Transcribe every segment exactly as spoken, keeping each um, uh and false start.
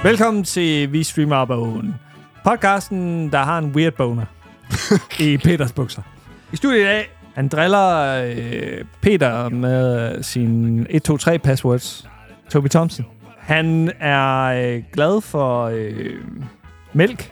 Velkommen til Vi Streamer Bogen. Podcasten, der har en weird boner i Peters bukser. I studiet i dag, han driller øh, Peter med sine et to tre passwords. Toby Thompson. Han er øh, glad for øh, mælk.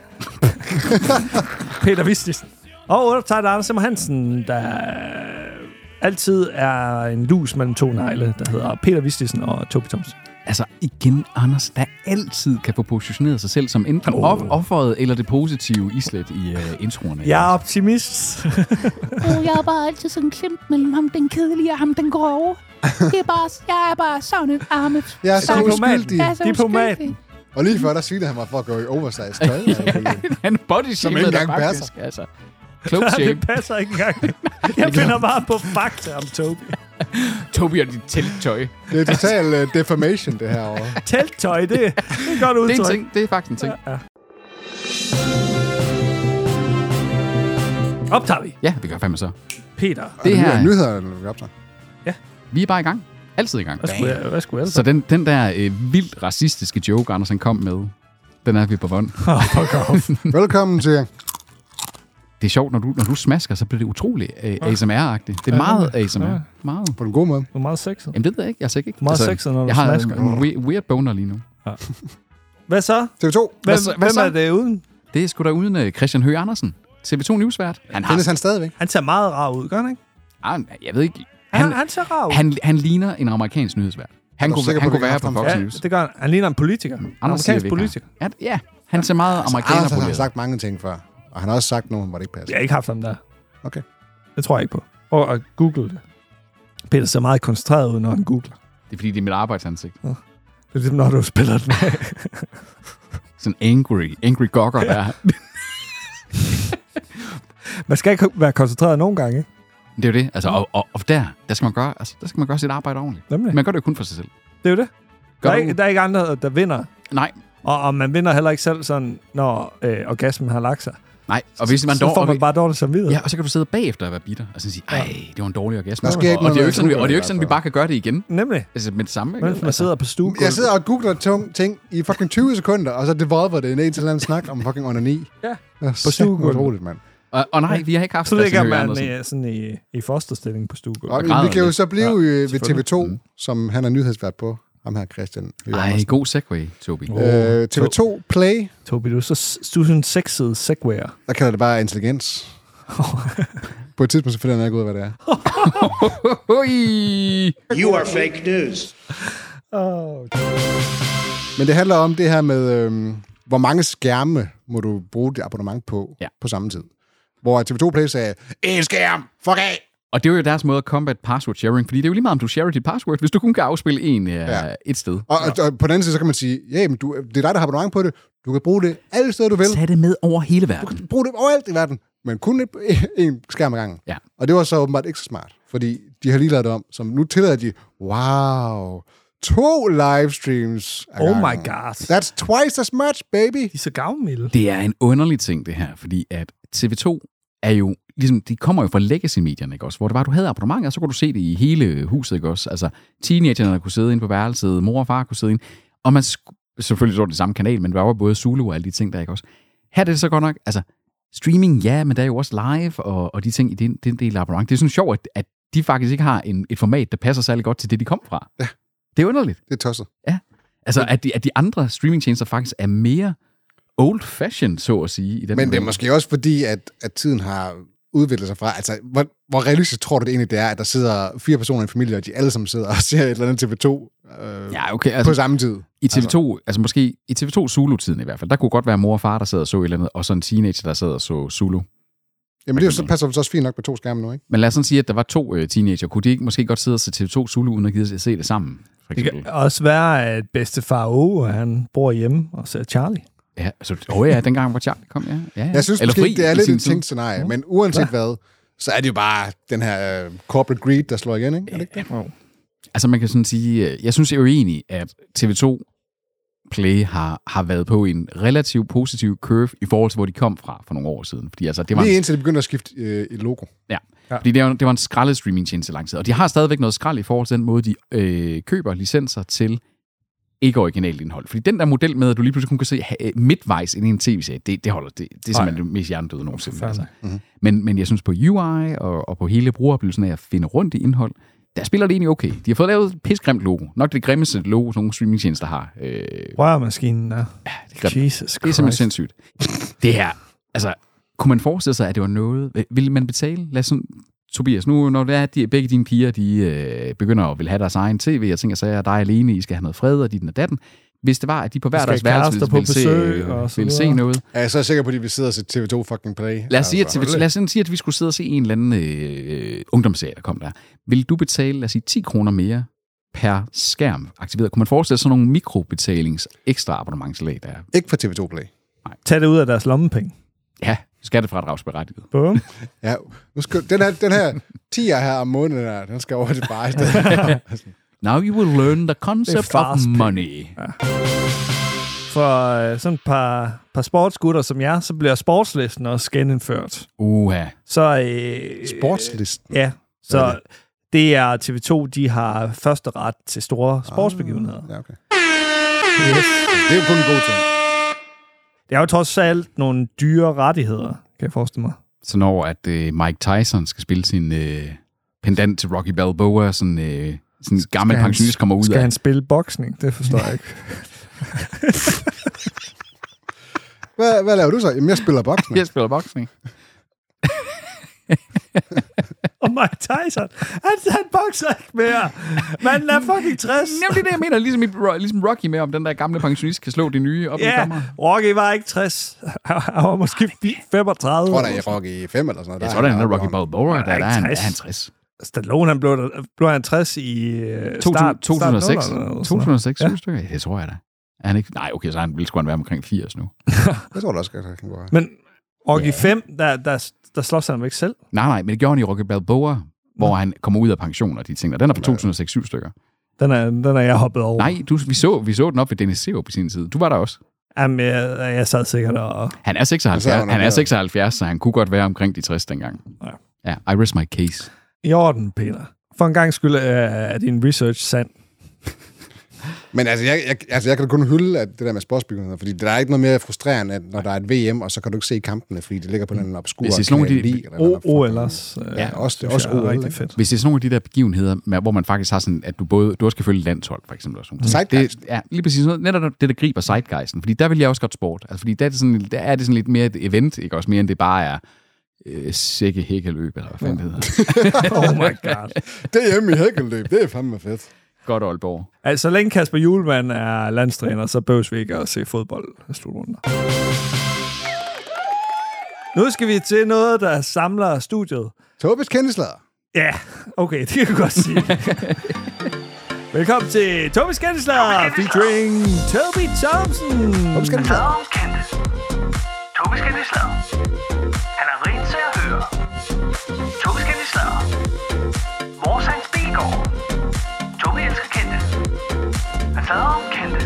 Peter Vistisen. Og undertegnet Anders Simmer Hansen, der altid er en lus mellem to negle, der hedder Peter Vistisen og Toby Thompson. Altså igen, Anders, der altid kan få positioneret sig selv som enten oh. offeret eller det positive islet i uh, introerne. Jeg er optimist. oh, jeg er bare altid sådan klemt mellem ham, den kedelige og ham, den grove. Det er bare, jeg er bare sådan et armet. Jeg er så uskyldig. Jeg er så uskyldig. Og lige før, der svinede han mig for at gå i oversize tøj. Han body som ikke engang passer. Altså. Close shape. Det passer ikke engang. Jeg finder bare på fakta om Toby. Toby og dit telttøj. Det er total uh, defamation, det her over. Telttøj, det, det er godt udtryk. Det er en ting. Det er faktisk en ting. Ja, ja. Optager vi? Ja, vi gør fandme så. Peter. Det her er nyheder, vi optager. Ja. Vi er bare i gang. Altid i gang. Hvad skulle jeg, hvad skulle jeg så den, den der øh, vildt racistiske joke, Andersen kom med, den er vi på bånd. Oh, fuck off. Velkommen til... Det er sjovt, når du, når du smasker, så bliver det utroligt uh, A S M R-agtigt. Det er meget A S M R. Ja. Meget. På den gode måde. Du er meget sexet. Jamen, det ved jeg ikke. Jeg er sikkert ikke. Du er meget altså, sexet, når du jeg smasker. Jeg har en weird, weird boner lige nu. Ja. Hvad så? T V to. Hvem, hvad, hvem hvad er det uden? Det er sgu da uden uh, Christian Høgh Andersen. T V to Newsvært. Han findes han stadigvæk? Han ser meget rar ud, gør han ikke? Ah, jeg ved ikke. Han, han, han ser rar ud. Han, han ligner en amerikansk nyhedsvært. Han kunne, han kunne være på Fox ja, News. det gør han. Han ligner en politiker. En amerikansk politiker. Ja, ja, han ser meget altså, amerikaner på. Han har sagt mange ting før. Og han har også sagt nogle, hvor det ikke passer. Jeg har ikke haft ham der. Okay. Det tror jeg ikke på. Og at google det. Peter ser meget koncentreret ud, når han googler. Det er fordi, det er mit arbejdsansigt. Ja. Det er ligesom, når du spiller den af. Sådan angry, angry gogger der. Man skal ikke være koncentreret nogen gange, ikke? Det er jo det. Altså, og, og, og der, der skal man gøre, altså, der skal man gøre sit arbejde ordentligt. Nemlig. Man gør det jo kun for sig selv. Det er jo det. Der er, ikke, der er ikke andre, der vinder. Nej. Og, og man vinder heller ikke selv sådan, når øh, orgasmen har lagt sig. Nej, og hvis man så dår, får man bare dårligt samvittighed. Ja, og så kan du sidde bagefter og være bitter, og så sige, ej, det var en dårlig orgasme. Og, og, det er jo ikke sådan, vi, og det er jo ikke sådan, vi bare kan gøre det igen. Nemlig. Altså med det samme, ikke? Men man sidder på stue. Jeg sidder og googler tung ting i fucking tyve sekunder, og så devolver det en til anden snak om fucking onani. Ja, på stue. Det er utroligt, mand. Og, og nej, vi har ikke haft så ligger man i, sådan i, i fosterstilling på stue. Og, og vi kan jo så blive ja, ved T V to, mm. som han er nyhedsvært på. Ham her, Christian. Ej, god segway, Toby. Oh. Øh, T V to Play. Toby, du er så du er sådan en sexet segwayer. Der kalder det bare intelligens. På et tidspunkt så finder jeg ikke ud af, hvad det er. You are fake news. Oh. Men det handler om det her med, øhm, hvor mange skærme må du bruge dit abonnement på ja. på samme tid. Hvor T V to Play sagde, en skærm, fuck af! Og det er jo deres måde at combat password sharing, fordi det er jo lige meget, om du share dit password, hvis du kun kan afspille en uh, ja. et sted. Og, og, og på den anden side, så kan man sige, ja, men du, det er dig, der har abonnement på det. Du kan bruge det alle steder, du vil. Tag det med over hele verden. Du kan bruge det overalt i verden, men kun en skærm ad gangen. Ja. Og det var så åbenbart ikke så smart, fordi de har lige lavet det om, som nu tillader de, wow, to livestreams ad Oh gangen. my god. That's twice as much, baby. De er så gavmilde. Det er en underlig ting, det her, fordi at T V to er jo, ligesom, de kommer jo fra legacy-medierne, ikke også? Hvor det var, du havde abonnement, og så kunne du se det i hele huset, ikke også? Altså, teenagerne kunne sidde inde på værelset, mor og far kunne sidde inde, og man sk- selvfølgelig så det samme kanal, men der var både Zulu og alle de ting der, ikke også? Her er det så godt nok, altså, streaming, ja, men der er jo også live, og, og de ting i den, den del af abonnement. Det er sådan sjovt, at, at de faktisk ikke har en, et format, der passer særlig godt til det, de kom fra. Ja. Det er underligt. Det er tosset. Ja. Altså, at de, at de andre streamingtjenester faktisk er mere old-fashioned, så at sige. I den men det er måske også fordi, at, at tiden har udviklet sig fra, altså, hvor, hvor realistisk tror du det egentlig det er, at der sidder fire personer i en familie, og de alle sammen sidder og ser et eller andet T V to øh, ja, okay, altså, på samme tid? I T V to, altså, altså måske i T V to Zulu-tiden i hvert fald, der kunne godt være mor og far, der sad og så et eller andet, og så en teenager, der sad og så Zulu. Jamen det er jo så, passer jo så også fint nok med to skærme nu, ikke? Men lad os sådan sige, at der var to øh, teenager. Kunne de ikke måske godt sidde og se T V to Zulu, uden at give sig at se det sammen? For det kan også være, at bedstefar Ove, han bor hjemme og ser Charlie. Ja, altså, åh ja, dengang hvor Charlie kom, ja. ja, ja. Jeg synes Eller måske, fri, det er lidt en tænkt tid. scenarie, men uanset ja. hvad, så er det jo bare den her uh, corporate greed, der slår igen, ikke? Er det ikke det? Ja. Altså man kan sådan sige, jeg synes jeg er jo enig, at T V to Play har, har været på en relativt positiv curve i forhold til, hvor de kom fra for nogle år siden. Fordi, altså, det var lige en... indtil de begyndte at skifte øh, et logo. Ja, ja. Fordi det var, det var en skrællet streaming-tjeneste lang tid. Og de har stadigvæk noget skrald i forhold til den måde, de øh, køber licenser til ikke originalt indhold. Fordi den der model med, at du lige pludselig kun kan se midtvejs ind i en tv-serie, det, det holder, det, det er simpelthen det mest hjernedøde nogensinde. Altså. Mm-hmm. Men, men jeg synes på U I og, og på hele brugeroplevelsen af at finde rundt i indhold, der spiller det egentlig okay. De har fået lavet et pisgrimt logo. Nok det grimmeste logo, som nogle streamingtjenester har. Øh, Rørmaskinen der. Ja, det er Jesus Christ. Det er simpelthen sindssygt. Det her, altså, kunne man forestille sig, at det var noget... Vil man betale? Lad os sådan, Tobias, nu når det er, at de, begge dine piger, de øh, begynder at vil have deres egen tv, jeg tænker så, at dig alene, I skal have noget fred, og dit og datten. Hvis det var, at de på hver deres værelse ville, se, ville se noget... Ja, så er jeg sikker på, at de vil sidde og se T V to fucking play. Lad os sige, at, lad os sige, at vi skulle sidde og se en eller anden øh, ungdomsserie, der kom der. Vil du betale, lad os sige, ti kroner mere per skærm aktiveret? Kunne man forestille sig sådan nogle mikrobetalings ekstra abonnementslag der? Ikke for T V to Play. Nej. Tag det ud af deres lommepenge. Ja, skattefradragsberettiget. Boom. Ja, nu skal, den her, den her tier her om måneden, der, den skal over til bare i stedet. Now you will learn the concept of money. Ja. For øh, sådan et par, par sportsgutter som jeg, så bliver sportslisten også genindført. Uha. Så, øh, sportslisten? Ja, så det? det er T V to, de har første ret til store sportsbegivenheder. Ah, ja, okay. Yes. Det er jo kun en god ting. Det er jo trods alt nogle dyre rettigheder, kan jeg forestille mig. Så når at øh, Mike Tyson skal spille sin øh, pendant til Rocky Balboa, sådan øh, sådan en gammel pensionist kommer ud skal af... Skal han spille boksning? Det forstår jeg ikke. hvad, hvad laver du så? Jamen, jeg spiller boksning. Jeg spiller boksning. Og Mike Tyson, han, han bokser ikke mere. Manden er fucking tres. Jamen, det er det, jeg mener. Ligesom, i, ligesom Rocky med, om den der gamle pensionist kan slå de nye op ja, i kammeren. Rocky var ikke tres. Han var måske femogtredive. Jeg tror, der er Rocky fem eller sådan noget. Jeg tror, der er en Rocky Balboa, der, der er han, er han tres. Stallone, han blev, blev han tres i uh, start, to tusind og seks. to tusind og seks, ja. Stykker? Det tror jeg da. Er han ikke? Nej, okay, så han ville sgu være omkring firs nu. Jeg tror da også, at han kan gå. Men Rocky yeah. fem, der, der, der slås han ikke selv. Nej, nej, men det gjorde han i Rocky Balboa, hvor Nå. han kommer ud af pension og de ting. Og den er fra to tusind og seks, syv stykker. Den er, den er jeg hoppet over. Nej, du, vi, så, vi så den op ved Dennis Sever på sin tid. Du var der også. Jamen, jeg, jeg sad sikkert og... Han er seksoghalvfjerds, han er seksoghalvfjerds, så han kunne godt være omkring de tres dengang. Ja, ja, I rest my case. I orden, Peter. For en gang skyld er din research sand. Men altså jeg, jeg, altså, jeg kan kun hylde at det der med sportsbegivenheder, fordi der er ikke noget mere frustrerende, at når der er et V M, og så kan du ikke se kampene, fordi det ligger på en obskur kanal. O ellers. Ja, også, det er også O L. Fedt. Hvis det er sådan nogle af de der begivenheder, hvor man faktisk har sådan, at du både du også skal følge landshold, for eksempel. Også. Zeitgeist. Det, ja, lige præcis noget, netop det, der griber zeitgeisten. Fordi der vil jeg også godt sport. Altså, fordi der er, det sådan, der er det sådan lidt mere et event, ikke også mere end det bare er øh, sække hækkeløb, eller hvad fanden det hedder. Oh my god. Det er hjemme i hækkeløb, det er fandme fedt. Godt Aalborg. Altså, så længe Kasper Hjulmand er landstræner, så behøves vi ikke at se fodbold i slutrunden. Nu skal vi til noget, der samler studiet. Tobis kendeslader. Ja, okay, det kan jeg godt sige. Velkommen til Tobis kendeslader, featuring Toby Thompson. Tobis kendeslader. Tobis kendeslader. Han er rent til at høre. Tobis kendeslader. Mors Hans Bilgaard. Tobi elsker kendte. Han fader om kendte.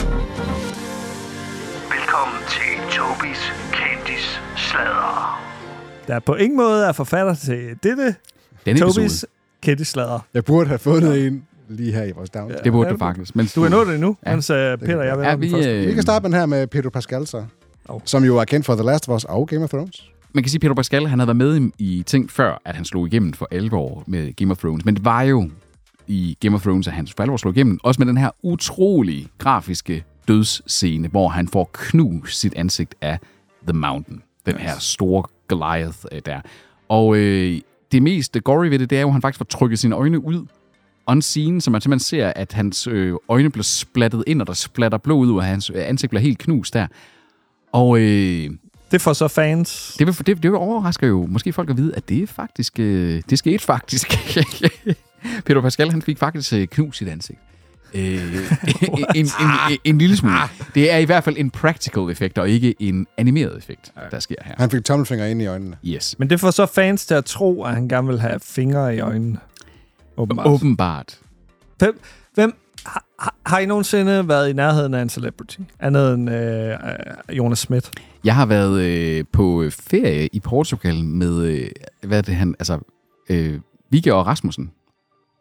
Velkommen til Tobis kendis slader. Der på ingen måde er forfatter til dette Tobis kendis slader. Jeg burde have fundet en lige her i vores down. Ja, det burde du faktisk. Men du er nået det nu, ja. Mens uh, Peter og jeg vil ja, vi, øh... vi kan starte med den her med Pedro Pascal, så, oh. som jo er kendt for The Last of Us og Game of Thrones. Man kan sige, at Pedro Pascal han havde været med i ting før, at han slog igennem for alvor med Game of Thrones. Men det var jo i Game of Thrones, at han for alvor slog igennem. Også med den her utrolig grafiske dødsscene, hvor han får knust sit ansigt af The Mountain. Den her store Goliath øh, der. Og øh, det mest gory ved det, det er jo, at han faktisk får trykket sine øjne ud unseen, så man simpelthen ser, at hans øh, øjne bliver splattet ind, og der splatter blod ud, og hans øh, ansigt bliver helt knust der. Og øh, det får så fans. Det, vil, det, det overrasker jo måske folk at vide, at det faktisk, øh, det skete faktisk. Pedro Pascal, han fik faktisk øh, knust sit ansigt. Øh, en, en, en, en lille smule. Det er i hvert fald en practical effekt, og ikke en animeret effekt, der sker her. Han fik tommelfinger ind i øjnene. Yes. Men det får så fans til at tro, at han gerne vil have fingre i øjnene. Åbenbart. Åbenbart. Hvem, hvem har, har I nogensinde været i nærheden af en celebrity? Andet end øh, Jonas Schmidt? Jeg har været øh, på ferie i Portugal med, øh, hvad er det han, altså, øh, Vigga og Rasmussen.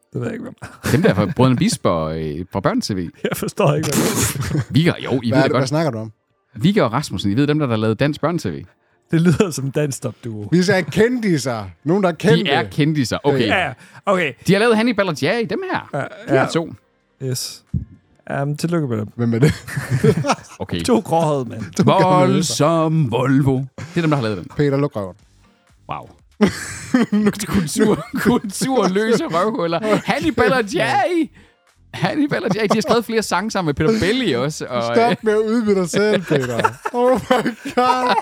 Det ved jeg ikke, hvem. Dem der fra Brødrene Bisper øh, fra Børn-T V. Jeg forstår ikke, hvad det er. Vigga, jo, I Hvad, ved er det det, hvad godt. snakker du om? Vigga og Rasmussen, I ved dem, der har lavet dansk Børn-T V. Det lyder som en dansk-duo. Vi er kendiser. Nogen, der er kendte. De er kendiser. Okay. Ja, okay. De har lavet Hannibal og Jerry, dem her. Ja, De ja. er to. Yes. Um, tillykke med dem. Hvem er det? Okay. To gråhøjede mænd. Voldsom Volvo. Det er dem, der har lavet den. Peter, luk røven. Wow. Kultur, kulturløse røvhuller. Hannibal og Jerry. Hannibal og Jerry. De har skrevet flere sange sammen med Peter Belli også. Og, Stop med at udvide dig selv, Peter. Oh my god.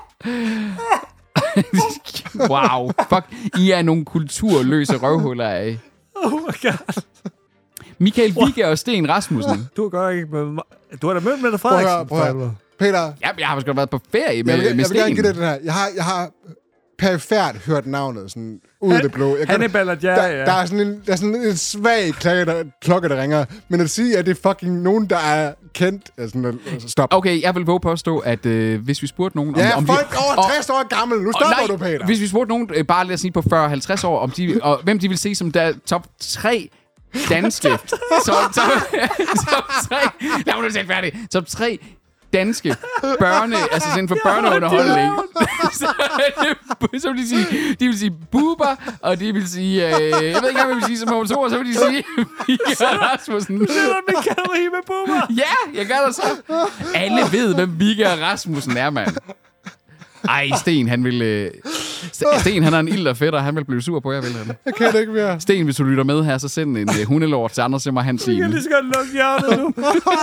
wow. Fuck. I er nogle kulturløse røvhuller af. Oh my god. Michael Vigga og Sten Rasmussen. Du har godt ikke med mig. Du har da mødt med dig, Prøv at høre, Frederiksen. prøv at høre. Peter, Ja, jeg har sgu da været på ferie med, jeg vil, med jeg vil gerne Sten. give dig den her. Jeg har, jeg har perifært hørt navnet sådan ud af det blå. Jeg kan, Hannibal og Jerry, der, ja. der, er sådan en, der er sådan en svag klokke, der, klokke, der ringer. Men at sige, at det er fucking nogen, der er kendt... Altså, stop. Okay, jeg vil våge påstå, at øh, hvis vi spurgte nogen... Ja, om, om folk de, over tres år gammel. Nu stopper nej, du, Peter. Hvis vi spurgte nogen, øh, bare lad os sige på fyrre halvtreds år, om de, og hvem de vil se som der top tre danske... top, top, top tre... Lad mig nu sætte færdig. Top tre danske børne... Altså sådan for børneunderholdning. så, så vil de sige... De vil sige Bubber, og de vil sige... Øh, jeg ved ikke engang, hvad de vil sige som Mogens Ord, så vil de sige... Vigga Rasmussen. Det er mit katteri med Bubber. Ja, jeg gør det så. Alle ved, hvem Vigga Rasmussen er, mand. Ej, Sten, han vil... Øh... Sten, han er en ild og fætter, han vil blive sur på jer, vil han. Jeg kan det ikke mere. Sten, hvis du lytter med her, så send en uh, hundelort til Anders Simmer Hansen. Jeg kan lige så godt lukke hjertet nu.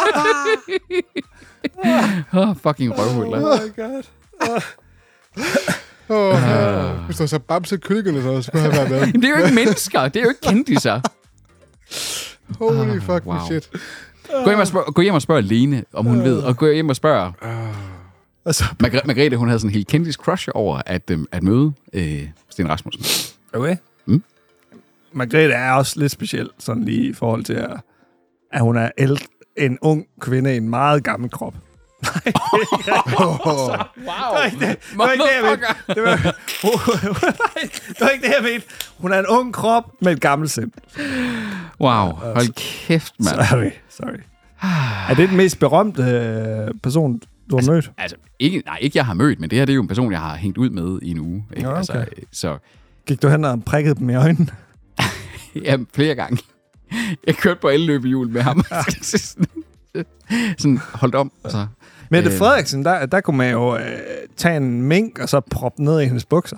Åh, fucking røvhuller. Oh my god. Oh, uh. Hvis du så bamse kyllingerne, så skulle jeg være med. Men det er jo ikke mennesker, det er jo ikke kendiser. Holy fucking wow. shit. Gå hjem og spørg, gå hjem og spørg Lene, om hun uh. ved, og gå hjem og spørg... Altså, Margre- Margrethe, hun havde sådan en helt kendis crush over at, øh, at møde øh, Sten Rasmussen. okay. Mm. Margrethe er også lidt speciel, sådan lige i forhold til, at, at hun er ældre, en ung kvinde i en meget gammel krop. Nej, det er ikke rigtigt. Wow. Det var ikke det, det, var ikke det jeg mente. Det var, nej, det var ikke det, jeg mente. Hun er en ung krop med et gammelt sind. Wow, hold kæft, mand. Sorry, sorry. Er det den mest berømte øh, person, du har mødt? Altså, ikke, nej, ikke jeg har mødt, men det her det er jo en person, jeg har hængt ud med i en uge. Ikke? Ja, okay. Altså, så Gik du hen og prikkede dem i øjnene? ja, flere gange. Jeg kørte på elløbehjul med ham. Sådan holdt om. Så. Mette Øh. Frederiksen, der, der kunne man jo øh, tage en mink og så proppe ned i hendes bukser.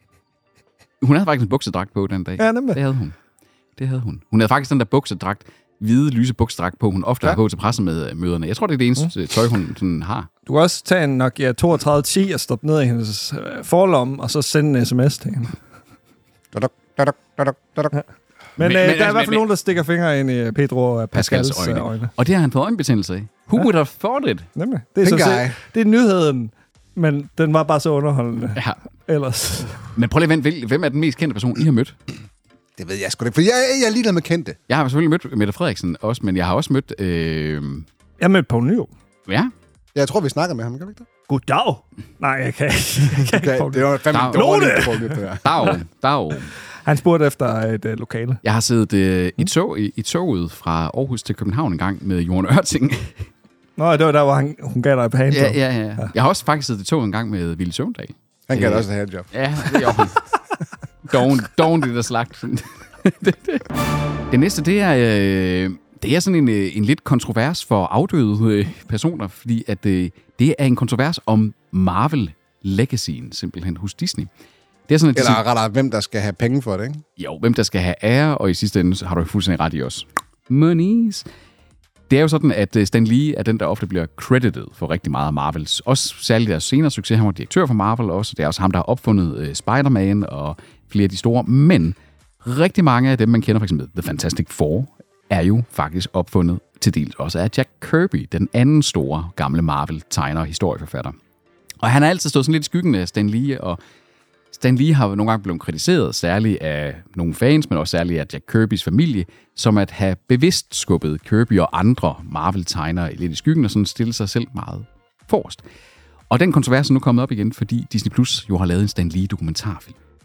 Hun havde faktisk en buksedragt på den dag. Ja, nemlig. Det havde hun. Det havde hun. Hun havde faktisk den der buksedragt, hvide, lyse buksedragt på, hun ofte ja. har på til pressemøderne. Jeg tror, det er det eneste mm. tøj, hun sådan har. Du kan også tage en Nokia toogtredive ti og stoppe ned i hendes øh, forlomme, og så sende en sms til hende. Daduk, daduk, daduk, daduk. Men, Men- men men- øh, der er altså, i hvert fald men- nogen, der stikker fingre ind i Pedro og Pascals, Pascals øjne. øjne. øjne. Og det har han fået øjenbetændelse af. Who would have thought it? Nemlig. Det er, Pink så eye. se, det er nyheden, men den var bare så underholdende. Ja. Ellers. Men prøv lige at vente, hvem er den mest kendte person, I har mødt? Det ved jeg sgu da ikke, for jeg, jeg er ligeglad med kendte. Jeg har selvfølgelig mødt Mette Frederiksen også, men jeg har også mødt... Øh... Jeg mødte Poul Nyrup. Ja, Jeg tror, vi snakkede med ham, kan vi ikke det? Goddag. Nej, jeg kan ikke. Jeg kan ikke Okay, Poul det var fandme Der- dårligt, Poul Nyrup, det der. dag, dag. Han spurgte efter et uh, lokale. Jeg har siddet øh, i, tog, i, i toget fra Aarhus til København en gang med Jorden Ørting. Nå, det var der, hvor han, hun gav dig et pænt. ja, ja, ja. Jeg har også faktisk siddet i toget en gang med Ville Søvndal. Han kan Øh, da også have et job. Ja, det gjorde han. Doven, doven det der slagt. det, det. det næste, det er, øh, det er sådan en, øh, en lidt kontrovers for afdøde øh, personer, fordi at, øh, det er en kontrovers om Marvel-legacyen, simpelthen, hos Disney. Det er sådan, at Eller Disney, rettere, hvem der skal have penge for det, ikke? jo, hvem der skal have ære, og i sidste ende så har du fuldstændig ret i os. Monies. Det er jo sådan, at Stan Lee er den, der ofte bliver credited for rigtig meget af Marvels. Også særligt deres senere succes. Han var direktør for Marvel også. Det er også ham, der har opfundet uh, Spider-Man og flere af de store. Men rigtig mange af dem, man kender for eksempel The Fantastic Four, er jo faktisk opfundet til dels også af Jack Kirby, den anden store gamle Marvel-tegner og historieforfatter. Og han har altid stået sådan lidt i skyggen af Stan Lee, og Stan Lee har nogle gange blevet kritiseret, særligt af nogle fans, men også særligt af Jack Kirbys familie, som at have bevidst skubbet Kirby og andre Marvel-tegnere lidt i skyggen, og sådan stille sig selv meget forrest. Og den kontrovers er nu kommet op igen, fordi Disney Plus jo har lavet en Stan Lee-dokumentarfilm.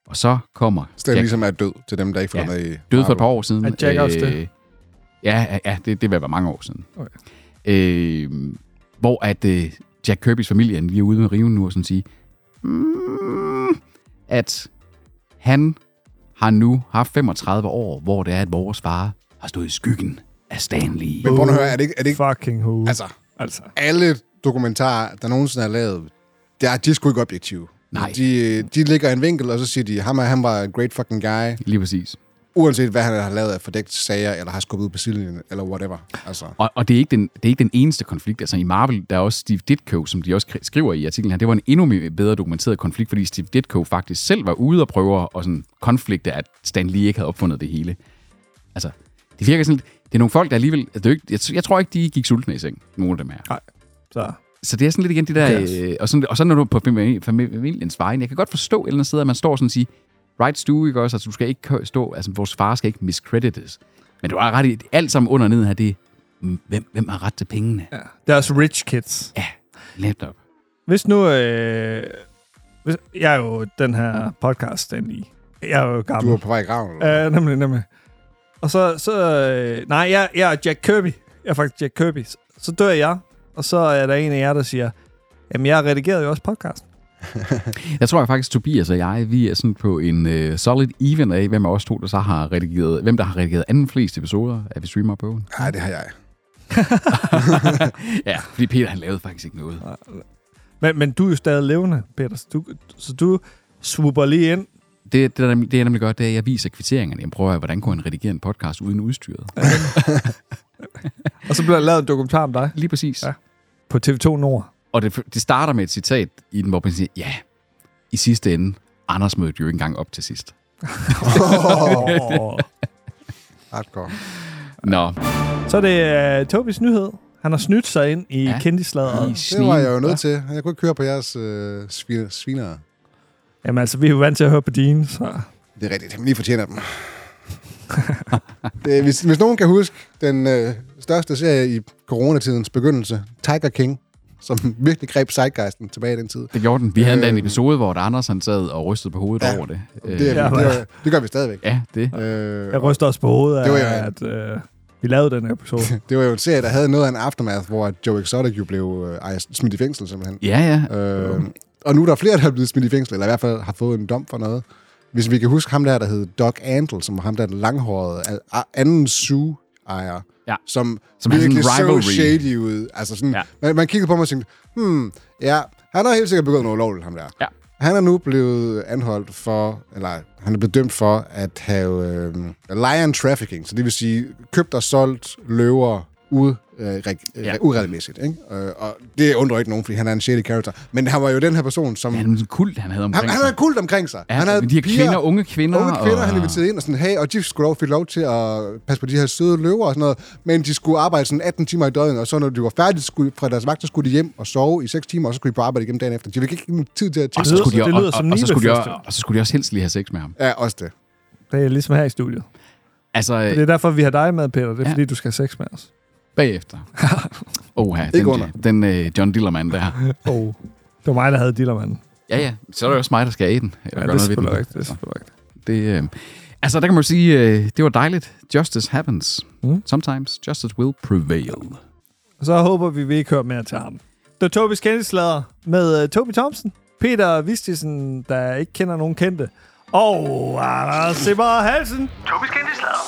Og så kommer Så det er Jack, ligesom er død til dem, der ikke får Ja. med i... død for et par år siden. Er Jack også det? Ja, ja, ja det, det vil være mange år siden. Okay. Øh, hvor at øh, Jack Kirbys familie lige er ude med riven nu og sådan sige, mm, at han har nu haft femogtredive år, hvor det er, at vores far har stået i skyggen af Stanley. Men prøv at høre, er det ikke... Er det ikke Fucking who. altså, altså. alle dokumentarer, der nogensinde er lavet, der er de er sgu ikke objektive. Nej. De, de ligger i en vinkel, og så siger de, ham, er, han var en great fucking guy, Lige præcis. uanset hvad han har lavet af fordækt sager, eller har skubbet ud på sidelinjen, eller whatever. Altså. Og, og det, er ikke den, det er ikke den eneste konflikt. Altså i Marvel, der er også Steve Ditko, som de også skriver i artiklen her. Det var en endnu mere bedre dokumenteret konflikt, fordi Steve Ditko faktisk selv var ude og prøve at sådan konflikte, at Stan Lee ikke havde opfundet det hele. Altså, det virker sådan, det er nogle folk, der alligevel... Det er ikke, jeg, jeg tror ikke, de gik sultne i seng. Nogle af dem her. Nej. Så. Så det er sådan lidt igen det der... Yes. Øh, og, sådan, og så når du er på famili- familiens vegne, jeg kan godt forstå et eller andet sted, at man står sådan og siger, right Stu, ikke også? Altså, du skal ikke stå... Altså, vores far skal ikke miscredites. Men du har ret i... Alt sammen under ned her, det er, hvem, hvem har ret til pengene? Ja. Deres rich kids. Ja, netop. Hvis nu... Øh, hvis, jeg er jo den her podcast, den i. Jeg er jo gammel. Du er på vej i graven, eller? Ja, nemlig, nemlig. Og så... så øh, nej, jeg, jeg er Jack Kirby. Jeg er faktisk Jack Kirby. Så dør jeg. Og så er der en af jer, der siger, jamen, jeg redigerede jo også podcasten. Jeg tror jeg faktisk, Tobias og jeg, vi er sådan på en uh, solid even af, hvem af os to, der så har redigeret, hvem der har redigeret anden flest episoder af Vi Streamer på. Nej, det har jeg. Ja, fordi Peter, han lavede faktisk ikke noget. Men, men du er jo stadig levende, Peter. Så du, så du swooper lige ind. Det, det, der, det jeg nemlig gør, det er, at jeg viser kvitteringerne. Jeg prøver, hvordan kunne en redigere en podcast uden udstyret. Og så bliver der lavet en dokumentar om dig Lige præcis. Ja. på T V to Nord. Og det, det starter med et citat i den, hvor man siger, ja, i sidste ende, Anders mødte jo ikke engang op til sidst. Oh. Hardcore. Nå. Så er det uh, Tobis nyhed. Han har snydt sig ind i Ja. ja. kendisladeret. Det var jeg jo nødt til. Jeg kunne ikke køre på jeres øh, svin- svinere. Jamen altså, vi er jo vant til at høre på dine, så... Det er rigtigt. Man lige fortjener dem. det, hvis, hvis nogen kan huske den øh, største serie i coronatidens begyndelse, Tiger King, som virkelig greb zeitgeisten tilbage i den tid. Det gjorde den. Vi havde endda en Øh. episode, hvor Anders han sad og rystede på hovedet Ja. over det. Det, er, Ja, det, men- det, det gør vi stadigvæk. Ja, det. Øh, Jeg ryster også på hovedet Det var af, jo- at øh, vi lavede den episode. det var jo en serie, der havde noget af en aftermath, hvor Joe Exotic jo blev øh, ej, smidt i fængsel, simpelthen. Ja, ja. Øh, og nu er der flere, der er blevet smidt i fængsel, eller i hvert fald har fået en dom for noget. Hvis vi kan huske ham der, der hed Doc Antle, som var ham der den langhårede a- anden zoo-ejer, Ja. som, Som havde virkelig sådan en så rivalry. shady ud. Altså sådan, Ja. ja. man, man kiggede på mig og tænkte, hmm, ja, han har helt sikkert begået noget lovligt, ham der. Ja. Han er nu blevet anholdt for, eller han er blevet dømt for at have øh, lion trafficking, så det vil sige købt og solgt løver ud, øh, reg- Ja. øh, uretmæssigt. Ikke? Øh, og det undrer ikke nogen, fordi han er en shady character. Men han var jo den her person, som... Ja, en kult, han havde omkring han, han havde kult omkring sig. Ja, han havde de her kvinder, unge kvinder. Unge kvinder, og... han inviterede ind og sådan, hey, og de skulle lov, fik lov til at passe på de her søde løver og sådan noget, men de skulle arbejde sådan atten timer i døgnet, og så når de var færdige skulle, fra deres vagt, så skulle de hjem og sove i seks timer, og så skulle de på arbejde igen dagen efter. De fik ikke tid til at Og tænke. så lyder- skulle de, det og, lyder og, som og, så skulle de, Nibe-festival. og, og så skulle de også helst lige have sex med ham. Ja, også det. Det er ligesom her i studiet. Altså, Det er derfor, vi har dig med, Peter. Det er Ja. fordi, du skal have sex med os. bagefter. Oha, Ikke den, under. den uh, John Dillermand der. Oh. Det var mig, der havde dillermanden. Ja, ja. Så er det også mig, der skal af den. Eller Ja, gøre det er noget ved den. selvfølgelig rigtigt. Det er selvfølgelig rigtigt. Det, øh, altså, der kan man jo sige, øh, det var dejligt. Justice happens. Mm. Sometimes justice will prevail. Og så håber vi, vi ikke hører mere til ham. Det var Tobis kendislader med uh, Toby Thompson, Peter Vistisen, der ikke kender nogen kendte, og Anders Simmer Halsen. Tobis kendte slader.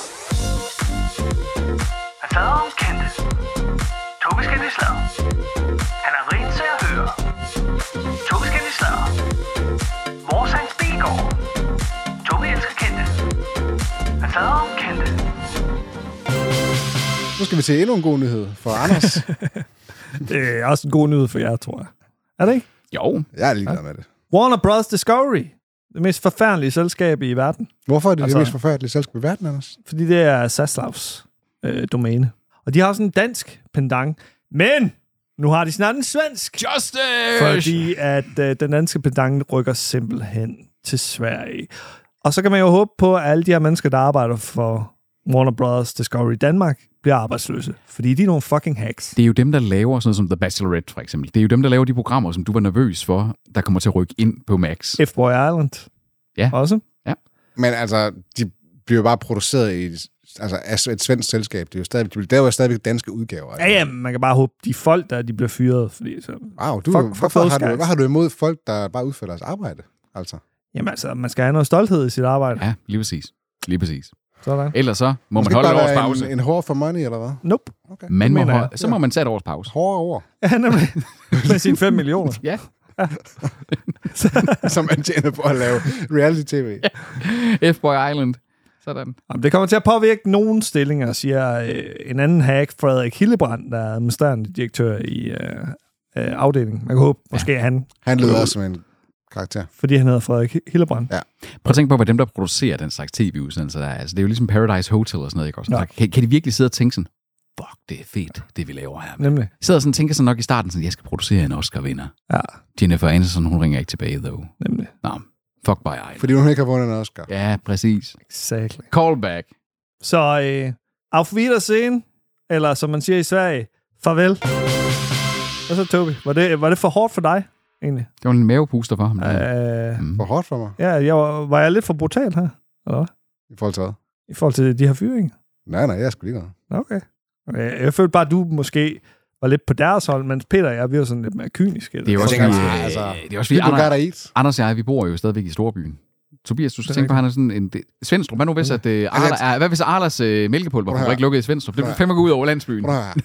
Han slader om kendte. Tobis kendte slader. Han er rent til at høre. Tobis kendte slader. Vores Hans Bigård. Tobi elsker kendte. Han slader om kendte. Nu skal vi til endnu en god nyhed for Anders. Det er også en god nyhed for jer, tror jeg. Er det ikke? Jo, Jeg er ligeglad med det. Warner Bros. Discovery. Det mest forfærdelige selskab i verden. Hvorfor er det Altså- det mest forfærdelige selskab i verden, Anders? Fordi det er Zaslavs øh, domæne. Og de har sådan en dansk pendant. Men nu har de snart en svensk. justice! Fordi at øh, den danske pendant rykker simpelthen til Sverige. Og så kan man jo håbe på, at alle de her mennesker, der arbejder for Warner Bros. Discovery Danmark, bliver arbejdsløse. Fordi de er nogle fucking hacks. Det er jo dem, der laver sådan noget som The Bachelorette, for eksempel. Det er jo dem, der laver de programmer, som du var nervøs for, der kommer til at rykke ind på Max. F-Boy Island. Ja. Også. Men altså, de bliver bare produceret i altså, af et svensk selskab. Det er jo stadig, det er jo stadigvæk danske udgaver. Ja, ja, man kan bare håbe, de folk, der de bliver fyret. Fordi så... Wow, du, Fuck- fuck, fuck hvorfor those har du, guys. hvad har du imod folk, der bare udfører deres arbejde? Altså. Jamen altså, man skal have noget stolthed i sit arbejde. Ja, lige præcis. Lige præcis. Sådan. Ellers så må man Måske holde et bare års være pause. En, en hård for money, eller hvad? Nope. Okay. Man må mener holde, jeg. så må man tage et års pause. Hårde ord, Ja, nemlig. Med sine fem millioner. Ja. som man tjener på at lave reality-tv. F-Boy Island. Sådan. Jamen, det kommer til at påvirke nogle stillinger, siger øh, en anden hack, Frederik Hillebrand, der er administrerende direktør i øh, øh, afdelingen. Man kan håbe, måske er han, Han lyder også som en karakter. fordi han hedder Frederik Hillebrand. Ja. Prøv at tænke på, hvad dem, der producerer den slags tv-udsendelser der er. Altså, det er jo ligesom Paradise Hotel og sådan noget, ikke også? Ja. Altså, kan, kan de virkelig sidde og tænke sådan, fuck, det er fedt, det vi laver her. Nemlig. Sidder sådan og tænker sådan nok i starten, sådan, jeg skal producere en Oscar-vinder. Ja, Jennifer Aniston, hun ringer ikke tilbage, though. nemlig. Nå, fuck by Island. Fordi hun ikke har vundet en Oscar. Ja, præcis. Exactly. Callback. Så øh, auf Wiedersehen, eller som man siger i Sverige, farvel. Hvad så, Tobi? Var det, var det for hårdt for dig, egentlig? Det var en mavepuster for ham. Øh, Mm. For hårdt for mig. ja, jeg var, var jeg lidt for brutal her? Eller hvad? I forhold til hvad? I forhold til de her fyringer? Nej, nej, jeg er sgu lige noget. Okay. Jeg, jeg følte bare, at du måske var lidt på deres hold, mens Peter og jeg, vi var sådan lidt mere kyniske. Det er jo også, tænker, fordi, ah, altså, altså, det er også fordi You gotta Anders, eat. Anders og jeg, vi bor jo stadigvæk i storbyen. Tobias, du skal Det er tænke på, han er sådan en... Det, Svendstrup, hvad nu hvis, at... Uh, Arla, er, hvad hvis Arlas uh, mælkepulverfabrik lukkede i Svendstrup? Det vil fandme gå ud over landsbyen. Prøv at høre.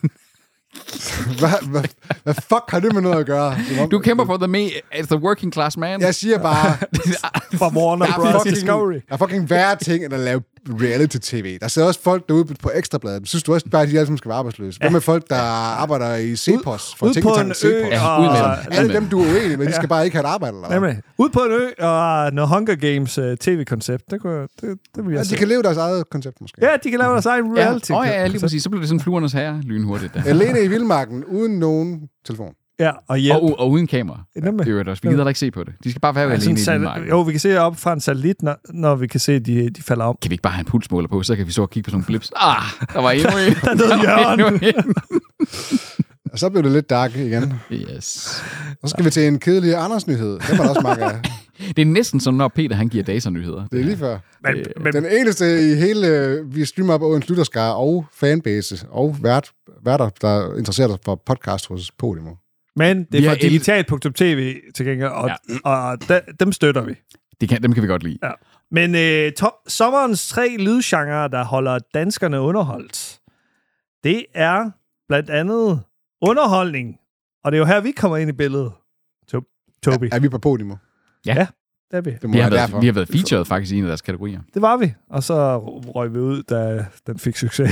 hvad, hvad, hvad fuck har det med noget at gøre? Du kæmper for the, me, as the working class man. Jeg siger bare, Fra Warner der er, Bros. fucking, Discovery. der er fucking værre ting, end at lave reality-tv. Der sidder også folk derude på Ekstrabladet. Synes du også bare, at de alle sammen skal være arbejdsløse? Hvad med folk, der arbejder i Cepos? For Ud på en ø, Cepos? Ja, ud med dem. Alle dem, du er uenig med, de skal bare ikke have et arbejde, eller hvad? Nemlig. Ud på en ø og noget Hunger Games uh, tv-koncept. Det, kunne, det, det vil jeg Ja, se. de kan leve deres eget koncept, måske. Ja, de kan lave deres egen Ja, reality. oh, ja, lige præcis. Så bliver det sådan fluernes herre lynhurtigt. Der. Alene i Vildmarken, uden nogen telefon. Ja, og hjælp. Og, og uden kamera. Nemlig. Det er jo også. Vi gider da ikke se på det. De skal bare være Ja, alene i sådan, vildmarken. jo, vi kan se op fra en satellit, når, når vi kan se, at de, de falder om. Kan vi ikke bare have en pulsmåler på, så kan vi så og kigge på sådan nogle blips. Ah, der var endnu en. Der nåede Jørgen. Endnu en. Og så blev det lidt dark igen. Yes. Så skal vi til en kedelig Anders-nyhed. Den var der også mange af. Det er næsten som når Peter han giver data-nyheder. Det er lige før. Men, men, Den eneste i hele Vi Streamer op Åens lytterskare og fanbase og vært, værter, der interesserer sig for podcast hos Podimo. men det Vi er har fra digital punktum t v til gengæld, og, ja. og de, dem støtter vi. Det kan, dem kan vi godt lide. Ja. Men øh, to- sommerens tre lydgenrer, der holder danskerne underholdt, det er blandt andet underholdning. Og det er jo her, vi kommer ind i billedet, To- Tobi. Er vi på Podimo? Det er vi. Det må Vi har, være derfor. været, vi har været featured faktisk i en af deres kategorier. Det var vi. Og så røg vi ud, da den fik succes.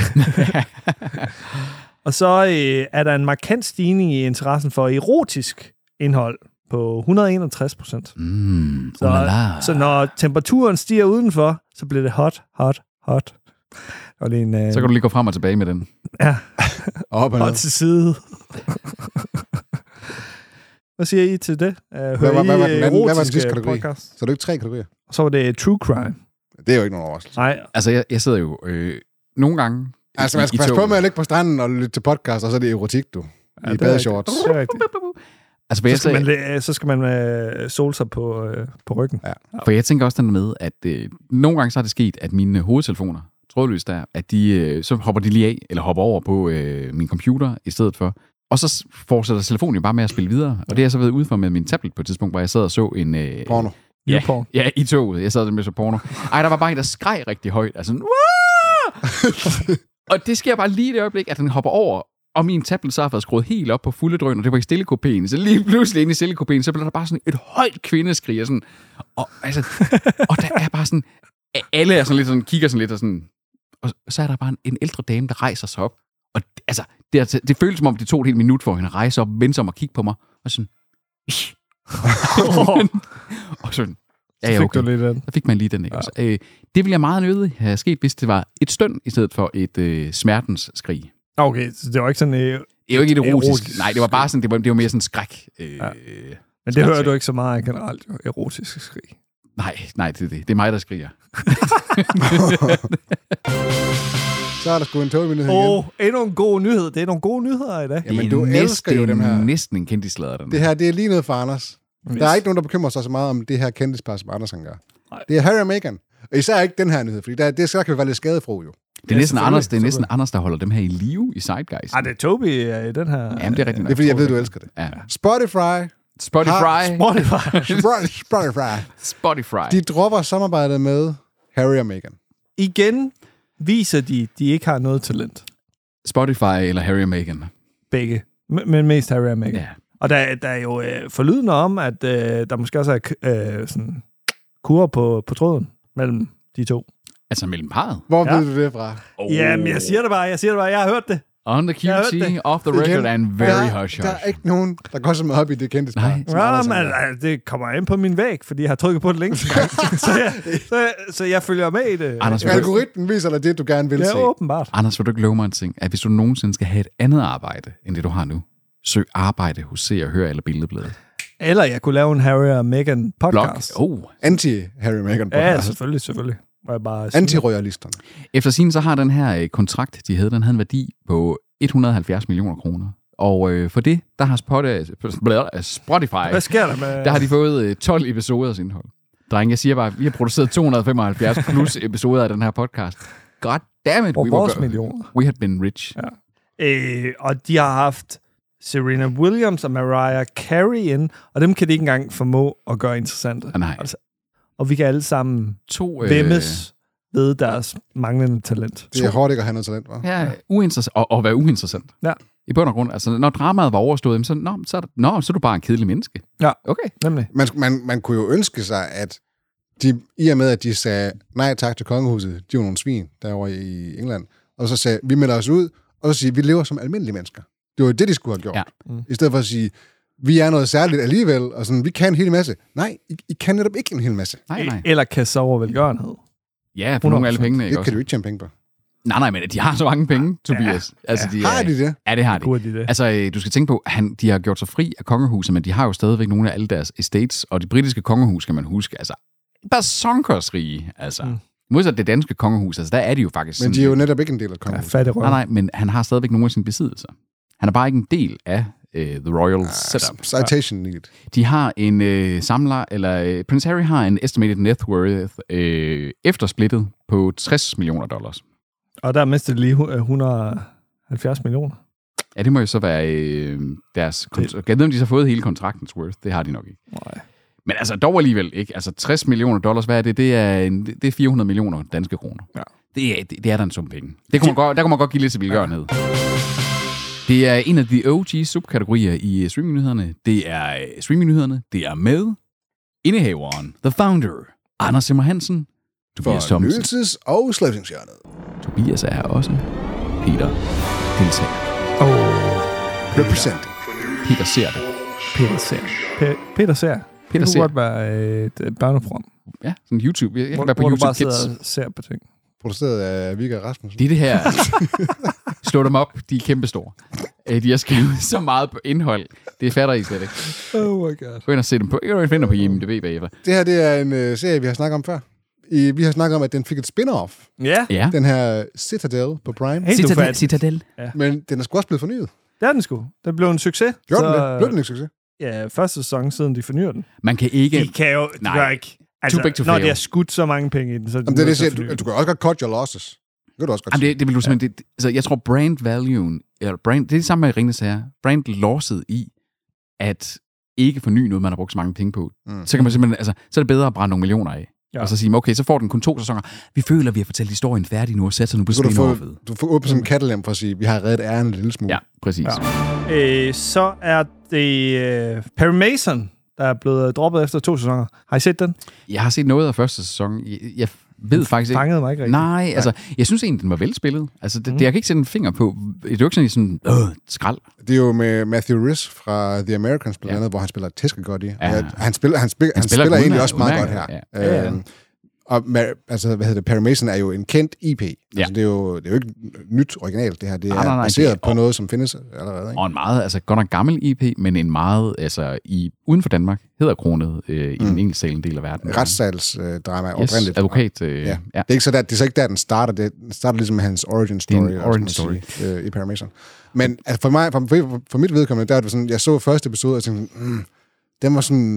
Og så øh, er der en markant stigning i interessen for erotisk indhold på et hundrede og enogtres procent. Mm, Så, ulala. så når temperaturen stiger udenfor, så bliver det hot, hot, hot. Og det er en, øh, Så kan du lige gå frem og tilbage med den. ja, Op og hot ned. til side. Hvad siger I til det? Uh, hører Hvad var- hvad var I den anden- hvad var den erotiske sidste kategori? podcast? Så er det ikke tre kategorier. Så var det true crime. Det er jo ikke nogen overraskelse. Nej, Altså, jeg, jeg sidder jo øh, nogle gange... Altså, i- man skal i passe på toget. med at ligge på stranden og lytte til podcast, og så er det erotik, du. ja, I det er badeshorts. rigtigt. Det er rigtigt. Altså, for Så jeg, skal man, sagde, læ- så skal man øh, sole sig på, øh, på ryggen. Ja. for jeg tænker også den med, at øh, nogle gange så er det sket, at mine hovedtelefoner, trådløst der, at de, øh, så hopper de lige af, eller hopper over på øh, min computer i stedet for. Og så s- fortsætter telefonen jo bare med at spille videre. Og det har jeg så været ude for med min tablet på et tidspunkt, hvor jeg sad og så en... Øh, Porno. Ja, Porn. ja, i toget. Jeg sad med så porno. Ej, der var bare en, der skreg rigtig højt. Altså, Wah! Og det sker bare lige i det øjeblik, at den hopper over, og min tablet så har været skruet helt op på fulde drøn, og det var i stillekopæen. Så lige pludselig inde i stillekopæen, så bliver der bare sådan et højt kvindeskrig, og sådan, og, altså, og der er bare sådan, alle er sådan lidt sådan, kigger sådan lidt, og sådan, og så er der bare en, en ældre dame, der rejser sig op, og altså, det, er, det føles som om, det tog et helt minut for hende at rejse op, vende sig om og kigge på mig, og sådan, og sådan, Så ja, fik okay. du lidt af den. Så fik man lige den, ikke ja. også? Øh, det ville jeg meget nødig have sket, hvis det var et støn, i stedet for et øh, smertens skrig. Okay, så det var ikke sådan... Øh, Det er jo ikke et erotisk. Erotisk Nej, det var bare sådan, det var, det var mere sådan skræk. Øh, Ja. ja. men det hører du ikke så meget af generelt, jo. Erotisk skrig. Nej, nej, det er det. Det er mig, der skriger. Så er der sgu en togvindighed Åh, igen. endnu en god nyhed. Det er nogle gode nyheder i dag. Jamen, Det er du elsker jo dem her. næsten en kendtislader, den. Det her, det er lige noget for Anders. Yes. Der er ikke nogen, der bekymrer sig så meget om det her kendispar, som Anders han gør. Det er Harry og Meghan. Og især ikke den her nyhed, fordi der, det så kan være lidt skadefro jo. Det er næsten Anders, det er næsten Anders, der holder dem her i live i Zeitgeist. Ej, det er Toby i den her... Jamen, det er rigtigt. Det er fordi, jeg ved, du elsker det. Ja. Spotify. Spotify. Spotify. Spotify. Spotify. De dropper samarbejdet med Harry og Meghan. Igen viser de, de ikke har noget talent. Spotify eller Harry og Meghan. Begge. M- men mest Harry og Meghan. Ja. Og der, der er jo øh, forlydende om, at øh, der måske også er øh, sådan kur på, på tråden mellem de to. Altså mellem parret. Hvor Ja. ved du det fra? Oh. Jamen, jeg siger det bare, jeg siger det bare, jeg har hørt det. On the Q Jeg har T, hørt det. off the record, Igen, and very der, hush Der er hush. ikke nogen, der går så meget op i det kendte spil. Nej. Ja, men altså, det kommer ind på min væg, fordi jeg har trykket på det længst. så, jeg, så, jeg, så jeg følger med i det. Anders, jeg, Algoritmen viser dig det, du gerne vil det se. er åbenbart. Anders, vil du ikke love mig en ting? At hvis du nogensinde skal have et andet arbejde, end det du har nu, søg arbejde hos Se og Hør eller Billedbladet. Eller jeg kunne lave en Harry og Meghan Blog. podcast. Oh. Anti-Harry Meghan. Ja, selvfølgelig, selvfølgelig. Hvor jeg bare siger- Anti-royalisterne. Efter sin så har den her øh, kontrakt, de havde, den havde en værdi på et hundrede og halvfjerds millioner kroner. Og øh, for det, der har Spotify, Spotify Hvad sker der med... der har de fået øh, tolv episoders indhold. Drenge, jeg siger bare, vi har produceret to hundrede og femoghalvfjerds plus episoder af den her podcast. God damn it, Og we, vores were, millioner. we had been rich. Ja. Øh, og de har haft Serena Williams og Mariah Carey ind, og dem kan de ikke engang formå at gøre interessante. Ah, nej. Altså, og vi kan alle sammen To, øh, vemmes ved deres manglende talent. Det er hårdt ikke at have noget talent, hva'? Ja, uinteressant. Og, og være uinteressant. Ja. I bund og grund. Altså, når dramaet var overstået, så, nå, så, er, der, nå, så er du bare en kedelig menneske. Ja. Okay. Nemlig. Man, man, man kunne jo ønske sig, at de, i og med, at de sagde nej tak til kongehuset, de var nogle svin derovre i England, og så sagde, vi melder os ud, og så sige, vi lever som almindelige mennesker. Det var jo det, de skulle have gjort. Ja. Mm. I stedet for at sige, vi er noget særligt alligevel, og sådan, vi kan en hel masse. Nej, I, I kan netop ikke en hel masse. Nej, nej. Eller kasse over velgørenhed. Ja, for nogle af alle pengene, ikke Det også? kan du ikke tjene penge på. Nej, nej, men de har så mange penge, Tobias. Ja. Altså, de, Har er- de det? Ja, det har de. Burde de det? Altså, øh, du skal tænke på, han, de har gjort sig fri af kongehuset, men de har jo stadigvæk nogle af alle deres estates, og det britiske kongehus, kan man huske, altså, bare sonkersrige, altså. Mm. Modsat det danske kongehus, altså, der er de jo faktisk Men de er jo netop ikke en del af Ja, kongehuset. fattig røv. Nej, nej, men han har stadigvæk nogle af sine besiddelser. Han er bare ikke en del af øh, The Royal Ah, Setup. Citation needed. De har en øh, samler, eller øh, Prince Harry har en estimated net worth øh, efter splittet på tres millioner dollars. Og der mistede de lige hu- et hundrede og halvfjerds millioner. Ja, det må jo så være øh, deres... Kont- jeg ved, om de så har fået hele kontraktens worth. Det har de nok ikke. Nej. Men altså dog alligevel ikke. Altså tres millioner dollars, hvad er det? Det er, en, det er fire hundrede millioner danske kroner. Ja. Det, er, det, det er der en sum penge. Det kunne man godt, der kunne man godt give lidt til velgørenhed. Det er en af de O G subkategorier i streamingnyhederne. Det er øh, streamingnyhederne. Det er med indehaveren, the founder, Anders Simmer Hansen, Tobias For Thomsen. nydelses- og slævningshjørnet. Tobias er også Peter deltager. Oh, Representing. Peter ser det. Peter ser. Pe- Peter ser. Peter det ser. kunne godt være et øh, børneprogram. Ja, sådan YouTube. Jeg, jeg Hvor, kan være på hvor du YouTube bare Kids. sidder og ser på ting. Produceret af Vigga Rasmussen. Det er det her. Slå dem op. De er kæmpestore. Øh, De har skrevet så meget på indhold. Det fatter I slet ikke. Oh my god. Gå ind og se dem på. Jeg kan finde på I M D B bagefter. Det her, det er en uh, serie, vi har snakket om før. I, vi har snakket om, at den fik et spin-off. Ja, Ja. Den her Citadel på Prime. helt ufatteligt. Citadel. Men den er sgu også blevet fornyet. Det er den sgu. Det blev en succes. Gjorde den det? Blev den en succes? Ja, første sæson siden de fornyer den. Man kan ikke... De kan jo... De Nej. gør ikke... Altså, big to når fail. de har skudt så mange penge i den, så er de Jamen, det er nødt det, til jeg at siger. forny Du, den. du kan også godt cut your losses. Det kan du også godt Jamen, sige. det, det vil du simpelthen... Det, altså, jeg tror, brand value... Eller brand, det er det samme med Ringnes Herre. Brand losset i at ikke forny noget, man har brugt så mange penge på. Mm. Så kan man simpelthen... Altså, så er det bedre at brænde nogle millioner af. Ja. Og så sige, okay, så får den kun to sæsoner. Vi føler, at vi har fortalt historien færdig nu, og sætter nu på Så kan du få, spin-offet. du får åbnet sådan en kattelem for at sige, vi har reddet æren en lille smule. Ja, præcis. Ja. Øh, så er det øh, Perry Mason, der er blevet droppet efter to sæsoner. Har I set den? Jeg har set noget af første sæson. Jeg, jeg ved faktisk ikke... Fangede mig ikke rigtigt. Nej, altså, jeg synes egentlig, den var velspillet. Altså, det, Mm. det, jeg kan ikke sætte en finger på. Det er jo ikke sådan, sådan øh, skrald. Det er jo med Matthew Rhys fra The Americans, blandt Ja. andet, hvor han spiller tæske godt i. Ja. Ja. Han spiller, han spiller, han Han spiller, spiller egentlig udmærket- også meget godt udmærket, her. ja. Ja, ja. Øhm, og Ma- altså, hvad hedder det? Perry Mason er jo en kendt I P. Ja. Altså, det, er jo, det er jo ikke nyt originalt, det her. Det er Nej, nej, nej, baseret det er- på noget, som findes allerede. Ikke? Og en meget, altså godt nok gammel I P, men en meget, altså i, uden for Danmark, hedder kronet øh, i Mm. den engelsktalende del af verden. Retssalsdrama øh, Yes, oprindeligt. advokat. Øh, Ja. ja. Det er ikke så der, det er så ikke der, den starter. Det den starter ligesom med hans origin story. en også, origin kan man story. sige, øh, i Perry Mason. Men altså, for, mig, for, for, for mit vedkommende, der er det sådan, jeg så første episode, og tænkte, mm, den var sådan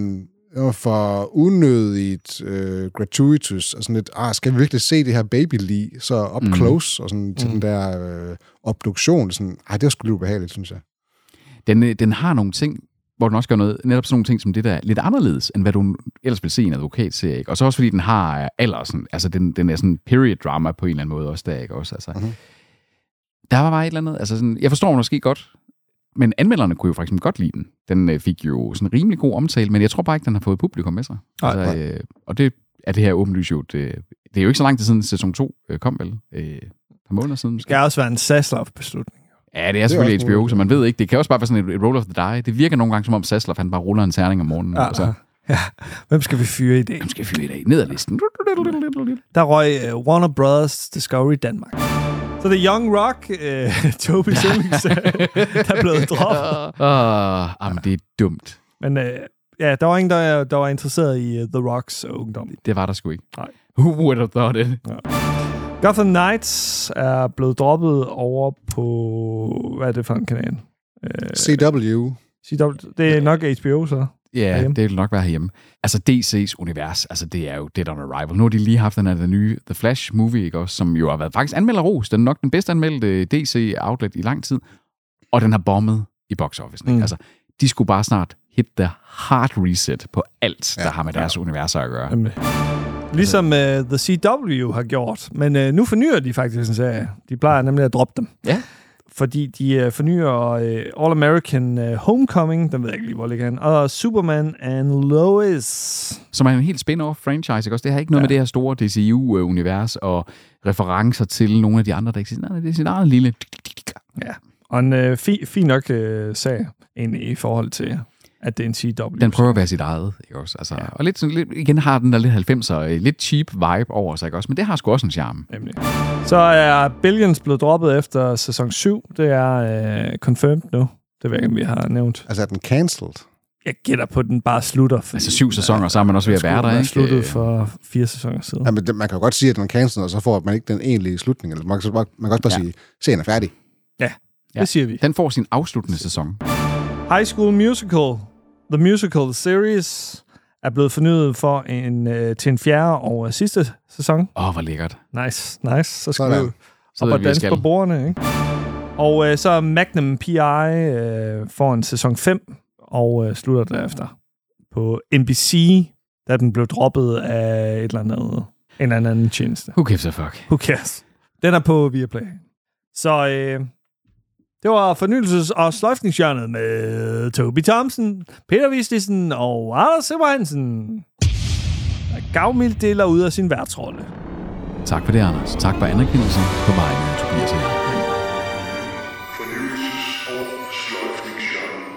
det var for unødigt, øh, gratuitous, og sådan lidt, ah, skal vi virkelig se det her baby lige så up mm. close, og sådan til mm. den der øh, obduktion, sådan, ej, det var sgu lidt ubehageligt, synes jeg. Den, den har nogle ting, hvor den også gør noget, netop sådan nogle ting som det der, lidt anderledes, end hvad du ellers vil se i en advokatserie, ikke? Og så også fordi den har alder, sådan, altså den, den er sådan period drama på en eller anden måde også der, ikke også? Altså, mm-hmm. Der var bare et eller andet, altså sådan, jeg forstår måske godt, men anmelderne kunne jo for eksempel godt lide den. Den øh, fik jo sådan en rimelig god omtale, men jeg tror bare ikke, den har fået publikum med sig. Nej, altså, øh, og det er det her åbenlyst jo, det, det er jo ikke så lang tid siden sæson to øh, kom vel, øh, et par måneder siden. Det skal også være en Zaslav-beslutning. Ja, det er selvfølgelig H B O, så man ved ikke. Det kan også bare være sådan et, et roll of the die. Det virker nogle gange, som om Zaslav, han bare ruller en terning om morgenen. Ja, så. ja. Hvem skal vi fyre i dag? Hvem skal vi fyre i dag? Ned ad listen. Der røg uh, Warner Brothers Discovery Danmark. Så det er Young Rock, uh, Toby Sillings, der er blevet droppet. Åh, jamen, det er dumt. Men uh, ja, der var ingen, der, der var interesseret i uh, The Rocks ungdom. Det var der sgu ikke. Nej. Who would have thought it? Ja. Gotham Knights er blevet droppet over på... Hvad er det for en kanal? Uh, C W. C W. Det er nok H B O, så. Ja, herhjemme. det vil nok være herhjemme. Altså D C's univers, altså det er jo dead on arrival. Nu har de lige haft den her den nye The Flash movie, ikke også, som jo har været faktisk anmelderros. Den er nok den bedst anmeldte D C-outlet i lang tid. Og den har bommet i box office. Mm. Altså, de skulle bare snart hit the hard reset på alt, ja, der har med deres ja. universer at gøre. Jamen. Ligesom uh, The C W har gjort. Men uh, nu fornyer de faktisk en serie. De plejer nemlig at droppe dem. Ja. Fordi de uh, fornyer uh, All American uh, Homecoming, den ved jeg ikke lige, hvor ligger han, og Superman and Lois. Som er en helt spin-off franchise, ikke også? Det har ikke noget ja. med det her store D C U-univers og referencer til nogle af de andre, der ikke siger, nej, det er sin eget lille... Ja, og en uh, fin, fin nok uh, sag egentlig i forhold til... at det er en C W. Den prøver at være sit eget, ikke også? Altså, ja. Og lidt sådan, lidt, igen har den der lidt halvfemser, lidt cheap vibe over sig, ikke også? Men det har sgu også en charme. Nemlig. Så er Billions blevet droppet efter sæson syv. Det er uh, confirmed nu. Det ved jeg ikke, om vi har nævnt. Altså er den cancelled? Jeg gætter på, at den bare slutter. Fordi, altså syv sæsoner, ja, så er man også ved at være der, ikke? Den sluttede for fire sæsoner siden. Ja, men det, man kan jo godt sige, at den er cancelled, og så får man ikke den egentlige slutning. Eller man kan, man kan også bare ja. sige, serien er færdig. Ja, ja, det siger vi. Den får sin afsluttende sæson. High School Musical. The Musical Series er blevet fornyet for en, øh, til en fjerde og sidste sæson. Åh, oh, hvor lækkert. Nice, nice. Så skal Sådan. vi op og danse på bordene, ikke? Og øh, så Magnum P I øh, får en sæson fem og øh, slutter derefter. På N B C, da den blev droppet af et eller andet, en eller anden tjeneste. Who gives a fuck? Who cares? Den er på Viaplay. Så... Øh, det var fornyelses- og sløjfningshjørnet med Toby Thompson, Peter Vistisen og Anders Simmer Hansen, der gavmildt deler ud af sin værtsrolle. Tak for det, Anders. Tak for anerkendelsen på vejen af Tobias og jeg. Fornyelses- og sløjfningshjørnet.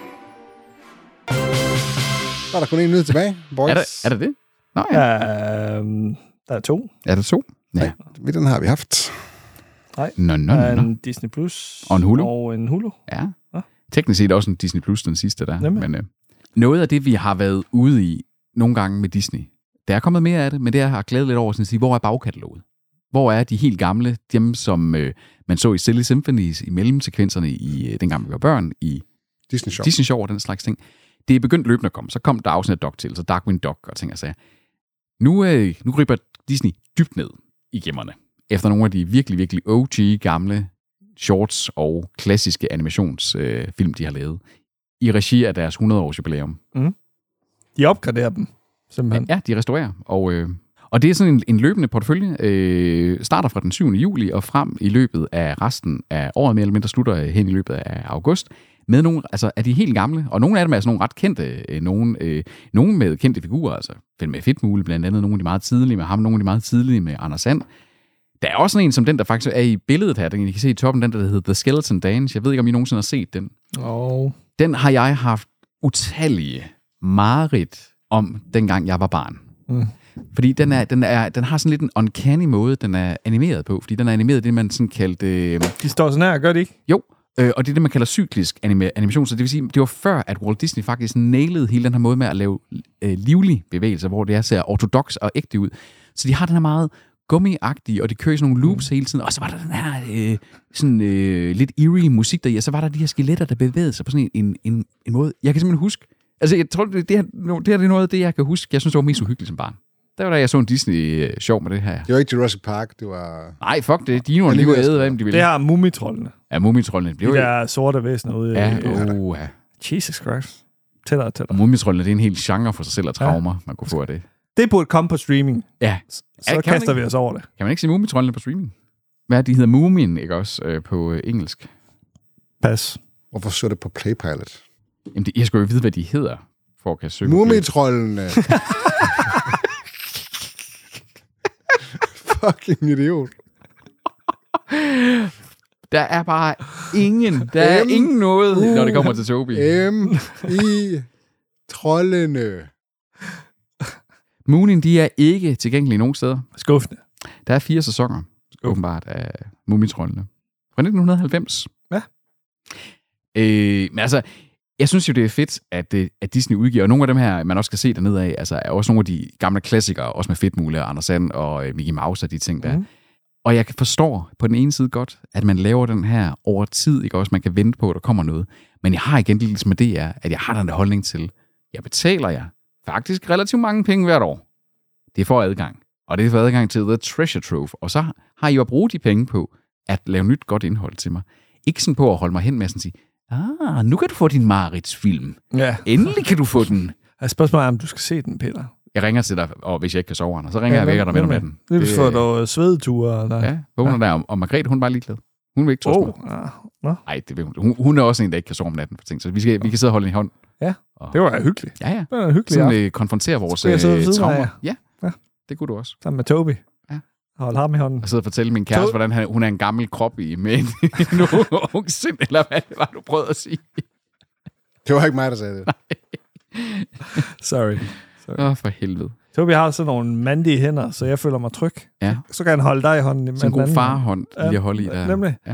Så er der kun en nyhed tilbage, boys. Er der, er der det? Nå ja. Ja, øhm, der er to. Er der to? Ja. Nej, den har vi haft. Nej, Nå, nå, der er nå. en Disney Plus Og en Hulu. Og en Hulu. Ja. Ja. Teknisk set også en Disney Plus, den sidste der. Jamen. Men øh, noget af det, vi har været ude i nogle gange med Disney, der er kommet mere af det, men det har glædet lidt over sådan at sige, hvor er bagkataloget? Hvor er de helt gamle, dem som øh, man så i Silly Symphonies, i mellemsekvenserne i øh, dengang vi var børn, i Disney Show. Disney Show og den slags ting. Det er begyndt løbende at komme. Så kom der afsnit af DuckTales og Darkwing Duck og ting og sager. Nu, øh, nu griber Disney dybt ned i gemmerne. Efter nogle af de virkelig, virkelig O G gamle shorts og klassiske animationsfilm, øh, de har lavet, i regi af deres hundrede-års jubilæum. Mm. De opgraderer dem, simpelthen. Ja, de restaurerer. Og, øh, og det er sådan en, en løbende portefølje. Øh, starter fra den syvende juli og frem i løbet af resten af året, mere eller mindre slutter hen i løbet af august, med nogle, altså er de helt gamle, og nogle af dem er sådan nogle ret kendte, øh, nogle, øh, nogle med kendte figurer, altså den med Fedtmule, blandt andet nogle af de meget tidlige med ham, nogle af de meget tidlige med Anders Sand. Der er også en som den, der faktisk er i billedet her, den I kan se i toppen, den der hedder The Skeleton Dance. Jeg ved ikke, om I nogensinde har set den. Oh. Den har jeg haft utallige mareridt om, dengang jeg var barn. Mm. Fordi den, er, den, er, den har sådan lidt en uncanny måde, den er animeret på. Fordi den er animeret det, man sådan kaldte... Øh, de står sådan her, gør de ikke? Jo, øh, og det er det, man kalder cyklisk anima- animation. Så det vil sige, det var før, at Walt Disney faktisk nailede hele den her måde med at lave øh, livlige bevægelser, hvor det er ser ortodoks og ægte ud. Så de har den her meget gummiagtige, og de kører i sådan nogle loops mm. hele tiden. Og så var der den her øh, sådan øh, lidt eerie musik der i, og så var der de her skeletter, der bevægede sig på sådan en, en, en måde. Jeg kan simpelthen huske, Altså, jeg tror, det, det, her, det her det er noget af det, jeg kan huske. Jeg synes, det var mest uhyggeligt som barn. Der var da, jeg så en Disney-sjov med det her. Det var ikke Jurassic Park, det var... Nej, fuck det. Dinoerne, de kunne æde, hvad de ville. Det her Mumitrollene. Ja, Mumitrollene. De der sorte væsener ude ja, i... Oh, ja. Jesus Christ. Tættere og tættere. Og Mumitrollene, det er en hel genre for sig selv og traumer, ja. Man kunne få af det. Det burde komme på streaming. Ja. Så ja, kaster vi os over det. Kan man ikke sige Mumitrollene på streaming? Hvad de hedder Moomin, ikke også, øh, på øh, engelsk? Pas. Hvorfor så det på Playpilot? Jamen, det, jeg skal jo vide, hvad de hedder, for at kan søge. Mumitrollene. Fucking idiot. Der er bare ingen, der er ingen noget, uh, når det kommer til Toby. M I Trollene. Moonin, de er ikke tilgængelige nogen steder. Skuffende. Der er fire sæsoner, åbenbart, af Mumitrollene. Fra nitten halvfems. Ja. Øh, men altså, jeg synes jo, det er fedt, at, at Disney udgiver, og nogle af dem her, man også kan se dernede af, altså er også nogle af de gamle klassikere, også med Fedtmule og Anders Sand og Mickey Mouse og de ting der. Mm. Og jeg forstår på den ene side godt, at man laver den her over tid, ikke også, man kan vente på, at der kommer noget. Men jeg har igen ligesom med det er, at jeg har den der holdning til, jeg betaler jer faktisk relativt mange penge hvert år. Det er for adgang. Og det er for adgang til The Treasure Trove. Og så har I jo at bruge de penge på at lave nyt godt indhold til mig. Ikke sådan på at holde mig hen med at sige, ah, nu kan du få din Marits-film. Ja. Endelig kan du få den. Jeg spørgsmålet er, om du skal se den, Peter. Jeg ringer til dig, og hvis jeg ikke kan sove under, så ringer ja, jeg væk og vækker dig med den. Det er for noget svedeture. Eller? Ja, vågner ja. Der. Og Margrethe, hun er bare ligeglad. Hun vil ikke tåse oh, mig. Ja. Nej, det vil hun. hun. Hun er også en, der ikke kan sove om natten for ting. Så vi, skal, vi kan sidde og holde den i hånd. Ja, og det var hyggeligt. Ja, ja. Det var hyggeligt. Sådan øh, konfrontere vores øh, traumer. Ja. ja, det kunne du også. Sammen med Toby. Ja. Hold ham i hånden. Og sidde og fortælle min kæreste, to- hvordan han, hun er en gammel krop i med en ung sind, eller hvad det var, du prøvede at sige. Det var ikke mig, der sagde det. Sorry. Åh, oh, for helvede. Toby har sådan nogle mandige hænder, så jeg føler mig tryg. Ja. Så kan han holde dig i hånden. Sådan en god farhånd lige at holde i der. Nemlig. Ja.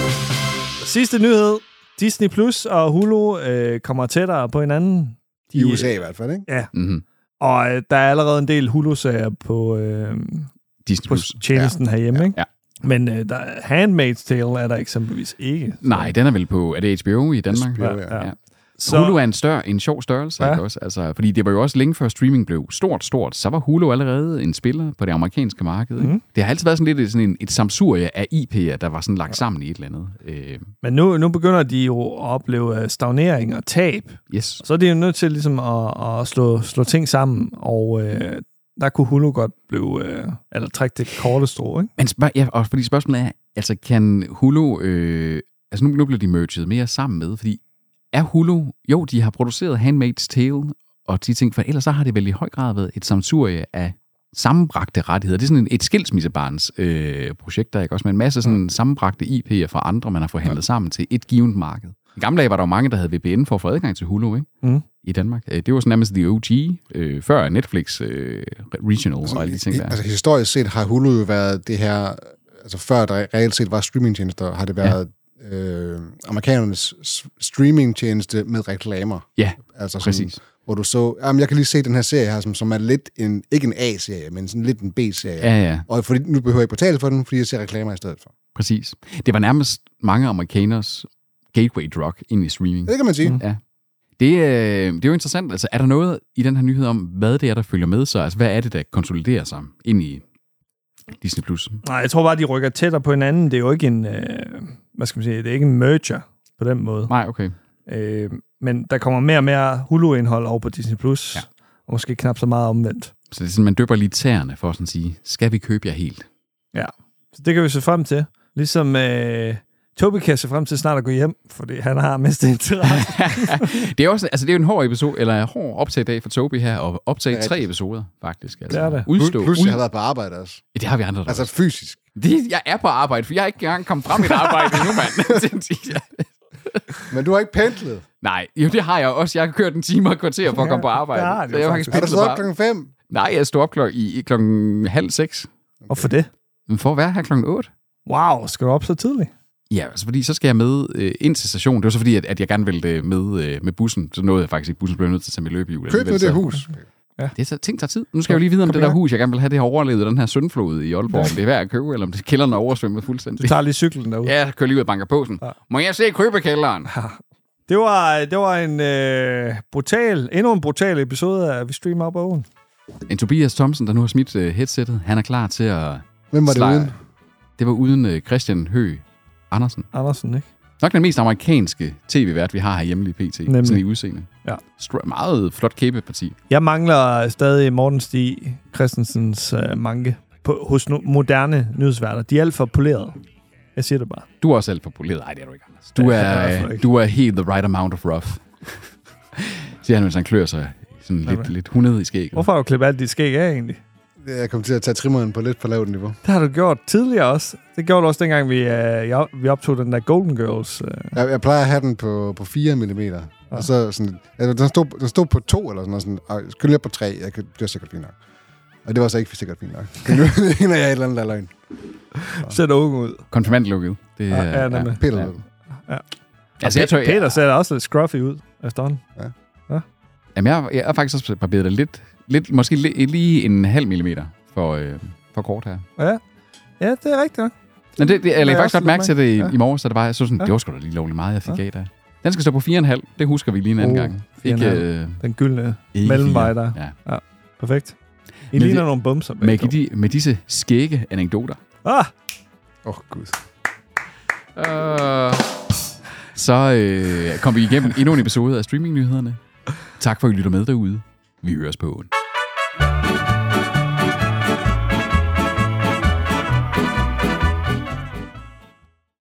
Sidste nyhed. Disney Plus og Hulu øh, kommer tættere på hinanden. De, I U S A i hvert fald, ikke? Ja. Mm-hmm. Og øh, der er allerede en del Hulu-serier på, øh, Disney på Plus. tjenesten ja. herhjemme, ikke? Ja. Men øh, der, Handmaid's Tale er der eksempelvis ikke. Så. Nej, den er vel på, er det H B O i Danmark? H B O, ja. ja. ja. Så Hulu er en, større, en sjov størrelse, ja. Ikke også? Altså, fordi det var jo også længe før streaming blev stort, stort. Så var Hulu allerede en spiller på det amerikanske marked. Mm. Det har altid været sådan lidt sådan en, et samsurie af I P'er, der var sådan lagt sammen i et eller andet. Øh. Men nu, nu begynder de jo at opleve stagnering og tab. Yes. Så er de jo nødt til ligesom at, at slå, slå ting sammen, og øh, der kunne Hulu godt blive, øh, eller trække det korte strå, ikke? Men spørg, ja, og fordi spørgsmålet er, altså kan Hulu, øh, altså nu, nu bliver de merged mere sammen med, fordi er Hulu, jo, de har produceret Handmaid's Tale og de ting, for ellers så har det vel i høj grad været et samsurie af sammenbragte rettigheder. Det er sådan et skilsmissebarns øh, projekt, der ikke også med en masse sådan sammenbragte I P'er fra andre, man har forhandlet sammen til et givet marked. I gamle dage var der jo mange, der havde V P N for at få adgang til Hulu, ikke? Mm. I Danmark. Det var sådan nærmest the O G, øh, før Netflix øh, Regionals altså, og alle de ting der. Altså historisk set har Hulu jo været det her, altså før der reelt set var streamingtjenester, har det været ja. Øh, amerikanernes streamingtjeneste med reklamer. Ja, altså præcis. Sådan, hvor du så, jamen jeg kan lige se den her serie her, som, som er lidt en, ikke en A-serie, men sådan lidt en B-serie. Ja, ja. Og fordi, nu behøver jeg ikke betale for den, fordi jeg ser reklamer i stedet for. Præcis. Det var nærmest mange amerikaners gateway drug ind i streaming. Det kan man sige. Mm. Ja. Det, øh, det er jo interessant. Altså, er der noget i den her nyhed om, hvad det er, der følger med sig? Altså, hvad er det, der konsoliderer sig ind i Disney Plus? Nej, jeg tror bare, de rykker tættere på hinanden. Det er jo ikke en, øh, hvad skal man sige, det er ikke en merger på den måde. Nej, okay. Øh, men der kommer mere og mere Hulu-indhold over på Disney Plus, ja. Og måske knap så meget omvendt. Så det er sådan, man døber lige tæerne for at sige, skal vi købe jer helt? Ja, så det kan vi se frem til. Ligesom øh, Toby kan se frem til snart at gå hjem, fordi han har mistet interesse. det er også, altså det er jo en hård episode, eller en hård optagdag for Toby her, og optage tre episoder, faktisk. Altså, det er det. Udstå. Plus, jeg har været på arbejde også. Ja, det har vi andre. Altså også. Fysisk. Det, jeg er på arbejde, for jeg har ikke engang kommet frem i et arbejde endnu, mand. Men du har ikke pendlet? Nej, jo, det har jeg også. Jeg har kørt en time og kvarter for at komme på arbejde. Ja, det så jeg faktisk. Er du stået op klokken fem? Nej, jeg stod op klok i, i klokken halv seks. Okay. Hvorfor det? Men for at være her klokken otte. Wow, skal du op så tidligt? Ja, altså fordi så skal jeg med øh, ind til stationen. Det var så fordi, at, at jeg gerne ville med, øh, med bussen. Så nåede jeg faktisk ikke. Bussen blev nødt til at tage med løbehjul. Køb med det hus. Ja. Det er så, ting tager tid. Nu skal jeg jo lige vide, om det der hus, jeg gerne vil have, det har overlevet den her syndflod i Aalborg. Om det er værd at købe, eller om det kælderen er oversvømmet fuldstændig. Du tager lige cyklen derude. Ja, jeg kører lige ud og banker på sådan. Ja. Må jeg se krybekælderen? Ja. Det var, det var en øh, brutal, endnu en brutal episode af Vi Streamer Op Oven. En Tobias Thomsen, der nu har smidt uh, headsettet, han er klar til at... Hvem var det slag- uden? Det var uden uh, Christian Høgh Andersen. Andersen, ikke? Nok den mest amerikanske tv-vært, vi har herhjemme i P T. Nemlig. Sådan i udseende. Ja. Str- meget flot kæbeparti. Jeg mangler stadig Morten Stig Christensens øh, manke på, hos no- moderne nyhedsværter. De er alt for polerede. Jeg siger det bare. Du er også alt for poleret. Nej, det er du ikke, Anders. Du Det er jeg i hvert er, fald ikke. du er helt the right amount of rough. Siger han, mens han klør sig sådan lidt, Jamen. lidt hundet i skægget. Hvorfor har du klippet alt dit skæg af, egentlig? Jeg kom til at tage trimmeren på lidt for lavt niveau. Det har du gjort tidligere også. Det gjorde du også, dengang vi, øh, jeg- vi optog den der Golden Girls. Øh. Jeg, jeg plejer at have den på, på fire millimeter. Og så sådan... Altså, den, stod, den stod på to eller sådan noget. Sådan, og skyld jeg på tre. Jeg kan, det var sikkert fint nok. Og det var så ikke sikkert fint nok. Det er jeg et eller andet, der er løgn. Ser unge ud. Konfirmandlooket. Det, Ja, ja, nemlig. Peter Ja. ja. Altså, jeg tror, Peter jeg, ser da også lidt scruffy ud efterhånden. jamen, jeg, jeg har faktisk også barberet det lidt, lidt måske li, lige en halv millimeter for, øh, for kort her. Ja, ja det er rigtigt nok. Men det, det, jeg er lagde faktisk også godt mærke lidt til det i, med. Ja. i morges, så det var, jeg så sådan, Ja. det var sgu da lige lovligt meget, jeg fik Ja. af der. Den skal stå på fire komma fem. Det husker vi lige en anden Oh, gang. fire Ikke, komma fem. øh, Den gyldne ikke mellemvej fire. der. Ja. Perfekt. I Men ligner det- nogle bumser. begge Med, to. de, med disse skægge anekdoter. Ah, Åh, oh, gud. Uh, så øh, kom vi igennem endnu en episode af streamingnyhederne. Tak for, at I lytter med derude. Vi høres på.